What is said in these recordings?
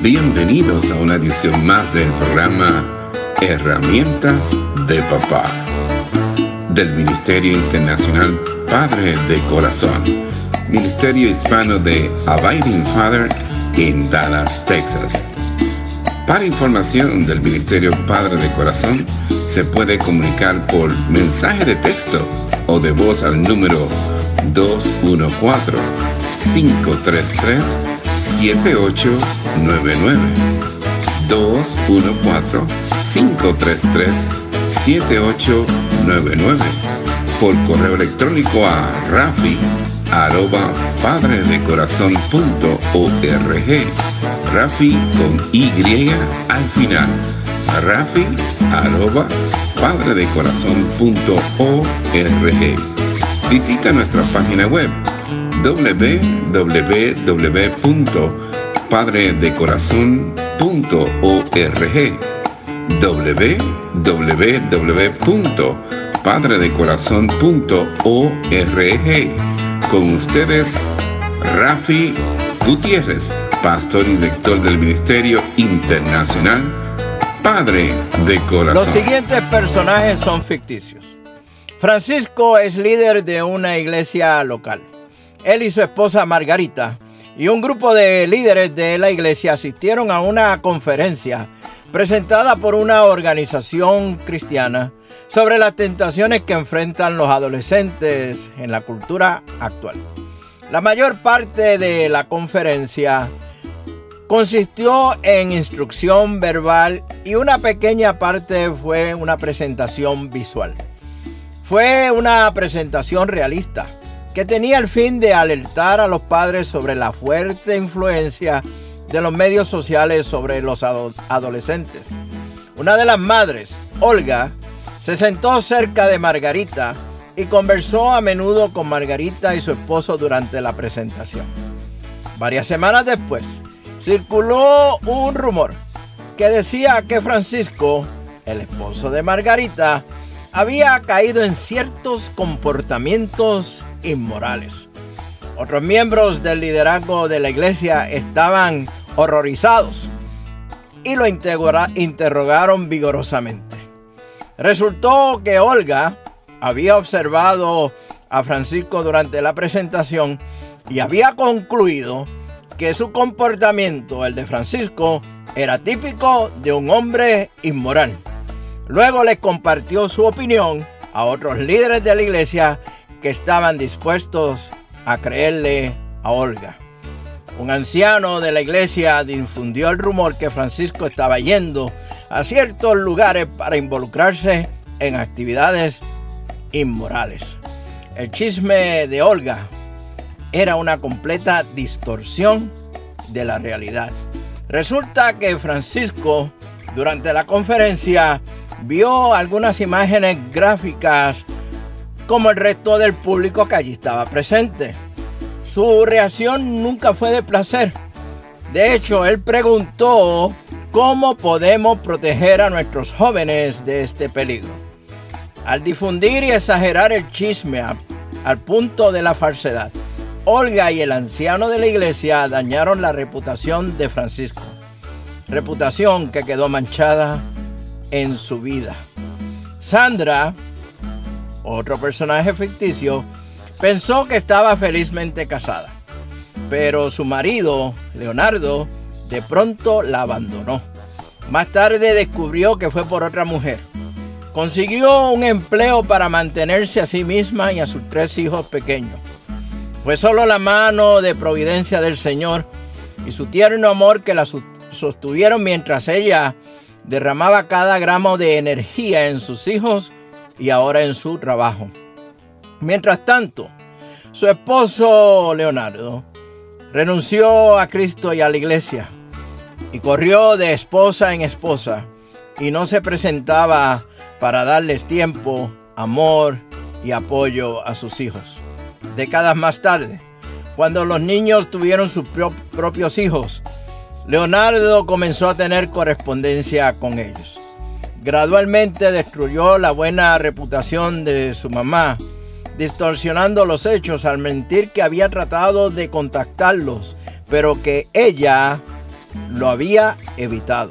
Bienvenidos a una edición más del programa Herramientas de Papá del Ministerio Internacional Padre de Corazón, Ministerio Hispano de Abiding Father en Dallas, Texas. Para información del Ministerio Padre de Corazón, se puede comunicar por mensaje de texto o de voz al número 214-533-7899. 214-533-7899. Por correo electrónico a rafi@padredecorazon.org. Rafi con Y al final. rafi@padredecorazon.org. Visita nuestra página web www.padredecorazon.org. www.padredecorazon.org. Con ustedes, Rafi Gutiérrez, pastor y director del Ministerio Internacional Padre de Corazón. Los siguientes personajes son ficticios. Francisco es líder de una iglesia local. Él y su esposa Margarita y un grupo de líderes de la iglesia asistieron a una conferencia presentada por una organización cristiana sobre las tentaciones que enfrentan los adolescentes en la cultura actual. La mayor parte de la conferencia consistió en instrucción verbal y una pequeña parte fue una presentación visual. Fue una presentación realista que tenía el fin de alertar a los padres sobre la fuerte influencia de los medios sociales sobre los adolescentes. Una de las madres, Olga, se sentó cerca de Margarita y conversó a menudo con Margarita y su esposo durante la presentación. Varias semanas después, circuló un rumor que decía que Francisco, el esposo de Margarita, había caído en ciertos comportamientos inmorales. Otros miembros del liderazgo de la iglesia estaban horrorizados y lo interrogaron vigorosamente. Resultó que Olga había observado a Francisco durante la presentación y había concluido que su comportamiento, el de Francisco, era típico de un hombre inmoral. Luego les compartió su opinión a otros líderes de la iglesia que estaban dispuestos a creerle a Olga. Un anciano de la iglesia difundió el rumor que Francisco estaba yendo a ciertos lugares para involucrarse en actividades inmorales. El chisme de Olga era una completa distorsión de la realidad. Resulta que Francisco, durante la conferencia, vio algunas imágenes gráficas como el resto del público que allí estaba presente. Su reacción nunca fue de placer. De hecho, él preguntó cómo podemos proteger a nuestros jóvenes de este peligro. Al difundir y exagerar el chisme al punto de la falsedad, Olga y el anciano de la iglesia dañaron la reputación de Francisco. Reputación que quedó manchada en su vida. Sandra, otro personaje ficticio, pensó que estaba felizmente casada, pero su marido, Leonardo, de pronto la abandonó. Más tarde descubrió que fue por otra mujer. Consiguió un empleo para mantenerse a sí misma y a sus 3 hijos pequeños. Fue solo la mano de providencia del Señor y su tierno amor que la sostuvieron mientras ella derramaba cada gramo de energía en sus hijos y ahora en su trabajo. Mientras tanto, su esposo Leonardo renunció a Cristo y a la iglesia y corrió de esposa en esposa y no se presentaba para darles tiempo, amor y apoyo a sus hijos. Décadas más tarde, cuando los niños tuvieron sus propios hijos, Leonardo comenzó a tener correspondencia con ellos. Gradualmente destruyó la buena reputación de su mamá, distorsionando los hechos al mentir que había tratado de contactarlos, pero que ella lo había evitado.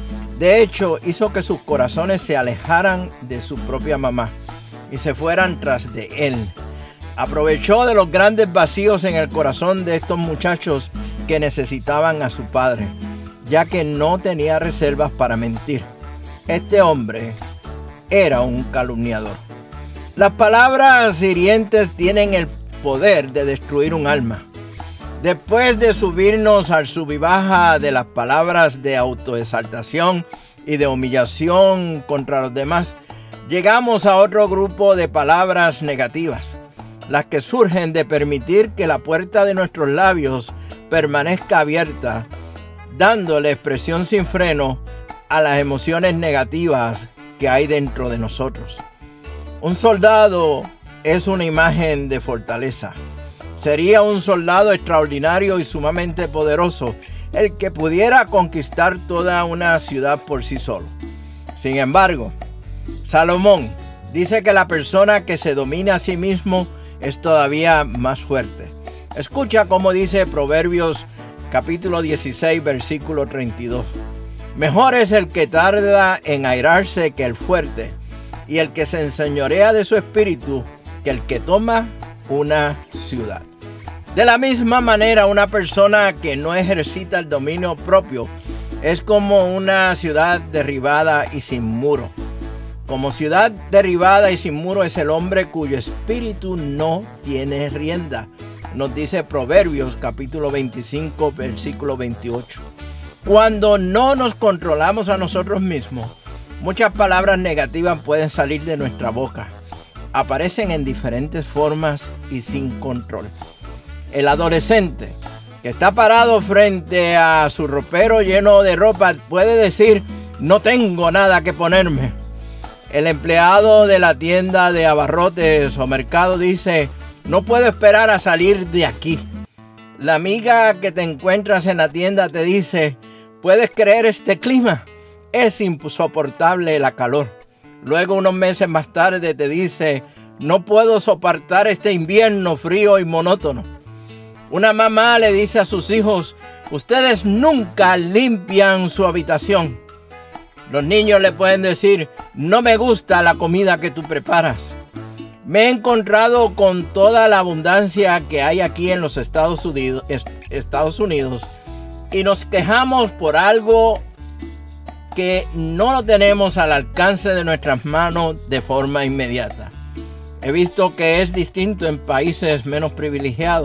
De hecho, hizo que sus corazones se alejaran de su propia mamá y se fueran tras de él. Aprovechó de los grandes vacíos en el corazón de estos muchachos que necesitaban a su padre, ya que no tenía reservas para mentir. Este hombre era un calumniador. Las palabras hirientes tienen el poder de destruir un alma. Después de subirnos al sub y baja de las palabras de autoexaltación y de humillación contra los demás, llegamos a otro grupo de palabras negativas, las que surgen de permitir que la puerta de nuestros labios permanezca abierta, dándole expresión sin freno a las emociones negativas que hay dentro de nosotros. Un soldado es una imagen de fortaleza. Sería un soldado extraordinario y sumamente poderoso, el que pudiera conquistar toda una ciudad por sí solo. Sin embargo, Salomón dice que la persona que se domina a sí mismo es todavía más fuerte. Escucha cómo dice Proverbios capítulo 16, versículo 32. Mejor es el que tarda en airarse que el fuerte, y el que se enseñorea de su espíritu que el que toma una ciudad. De la misma manera, una persona que no ejercita el dominio propio es como una ciudad derribada y sin muro. Como ciudad derribada y sin muro es el hombre cuyo espíritu no tiene rienda. Nos dice Proverbios capítulo 25, versículo 28. Cuando no nos controlamos a nosotros mismos, muchas palabras negativas pueden salir de nuestra boca. Aparecen en diferentes formas y sin control. El adolescente que está parado frente a su ropero lleno de ropa puede decir: no tengo nada que ponerme. El empleado de la tienda de abarrotes o mercado dice: no puedo esperar a salir de aquí. La amiga que te encuentras en la tienda te dice: ¿puedes creer este clima? Es insoportable la calor. Luego, unos meses más tarde, te dice: no puedo soportar este invierno frío y monótono. Una mamá le dice a sus hijos: ustedes nunca limpian su habitación. Los niños le pueden decir: no me gusta la comida que tú preparas. Me he encontrado con toda la abundancia que hay aquí en los Estados Unidos y nos quejamos por algo que no lo tenemos al alcance de nuestras manos de forma inmediata. He visto que es distinto en países menos privilegiados,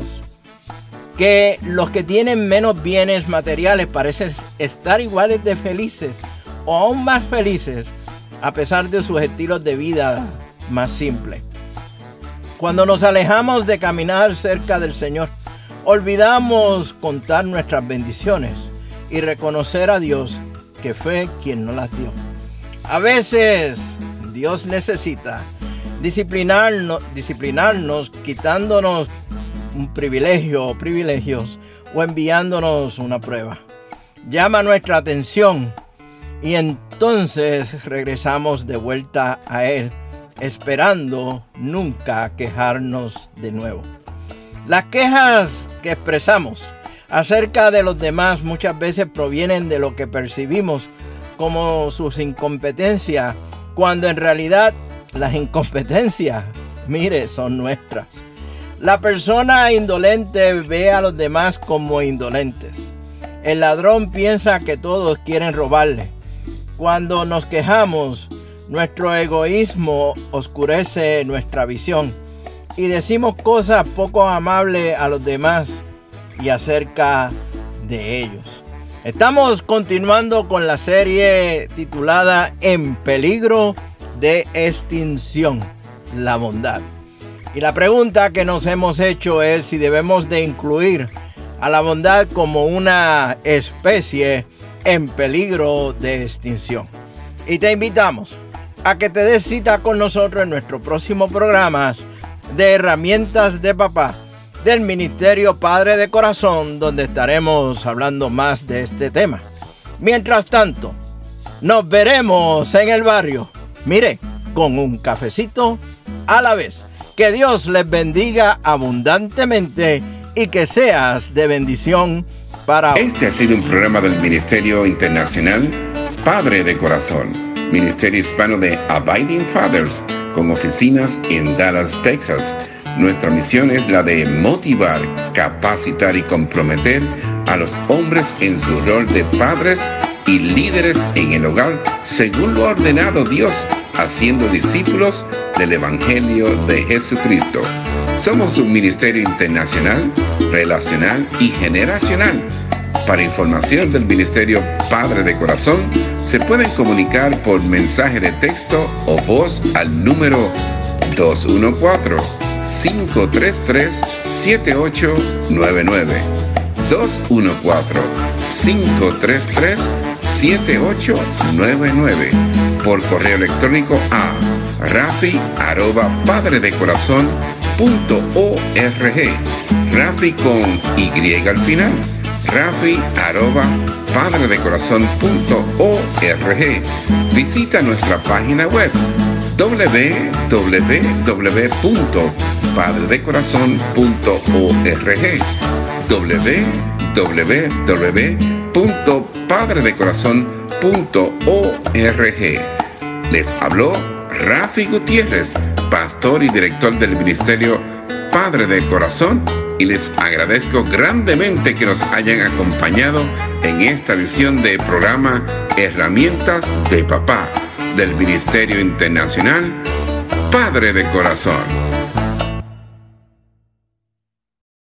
que los que tienen menos bienes materiales parecen estar iguales de felices o aún más felices a pesar de sus estilos de vida más simples. Cuando nos alejamos de caminar cerca del Señor, olvidamos contar nuestras bendiciones y reconocer a Dios que fue quien nos las dio. A veces Dios necesita disciplinarnos quitándonos un privilegio o privilegios o enviándonos una prueba. Llama nuestra atención y entonces regresamos de vuelta a Él, esperando nunca quejarnos de nuevo. Las quejas que expresamos acerca de los demás muchas veces provienen de lo que percibimos como sus incompetencias, cuando en realidad las incompetencias, son nuestras. La persona indolente ve a los demás como indolentes. El ladrón piensa que todos quieren robarle. Cuando nos quejamos, nuestro egoísmo oscurece nuestra visión y decimos cosas poco amables a los demás y acerca de ellos. Estamos continuando con la serie titulada En peligro de extinción, la bondad. Y la pregunta que nos hemos hecho es si debemos de incluir a la bondad como una especie en peligro de extinción. Y te invitamos a que te des cita con nosotros en nuestro próximo programa de Herramientas de Papá del Ministerio Padre de Corazón, donde estaremos hablando más de este tema. Mientras tanto, nos veremos en el barrio, con un cafecito a la vez. Que Dios les bendiga abundantemente y que seas de bendición para hoy. Este ha sido un programa del Ministerio Internacional Padre de Corazón, Ministerio Hispano de Abiding Fathers, con oficinas en Dallas, Texas. Nuestra misión es la de motivar, capacitar y comprometer a los hombres en su rol de padres y líderes en el hogar, según lo ha ordenado Dios, haciendo discípulos del Evangelio de Jesucristo. Somos un ministerio internacional, relacional y generacional. Para información del Ministerio Padre de Corazón, se pueden comunicar por mensaje de texto o voz al número 214-533-7899. 214-533-7899. Por correo electrónico a rafi@padredecorazon.org. Rafi con Y al final. rafi@padredecorazon.org. Visita nuestra página web www.padredecorazon.org. www.padredecorazon.org. Les habló Rafi Gutiérrez, pastor y director del Ministerio Padre de Corazón, y les agradezco grandemente que nos hayan acompañado en esta edición del programa Herramientas de Papá del Ministerio Internacional Padre de Corazón.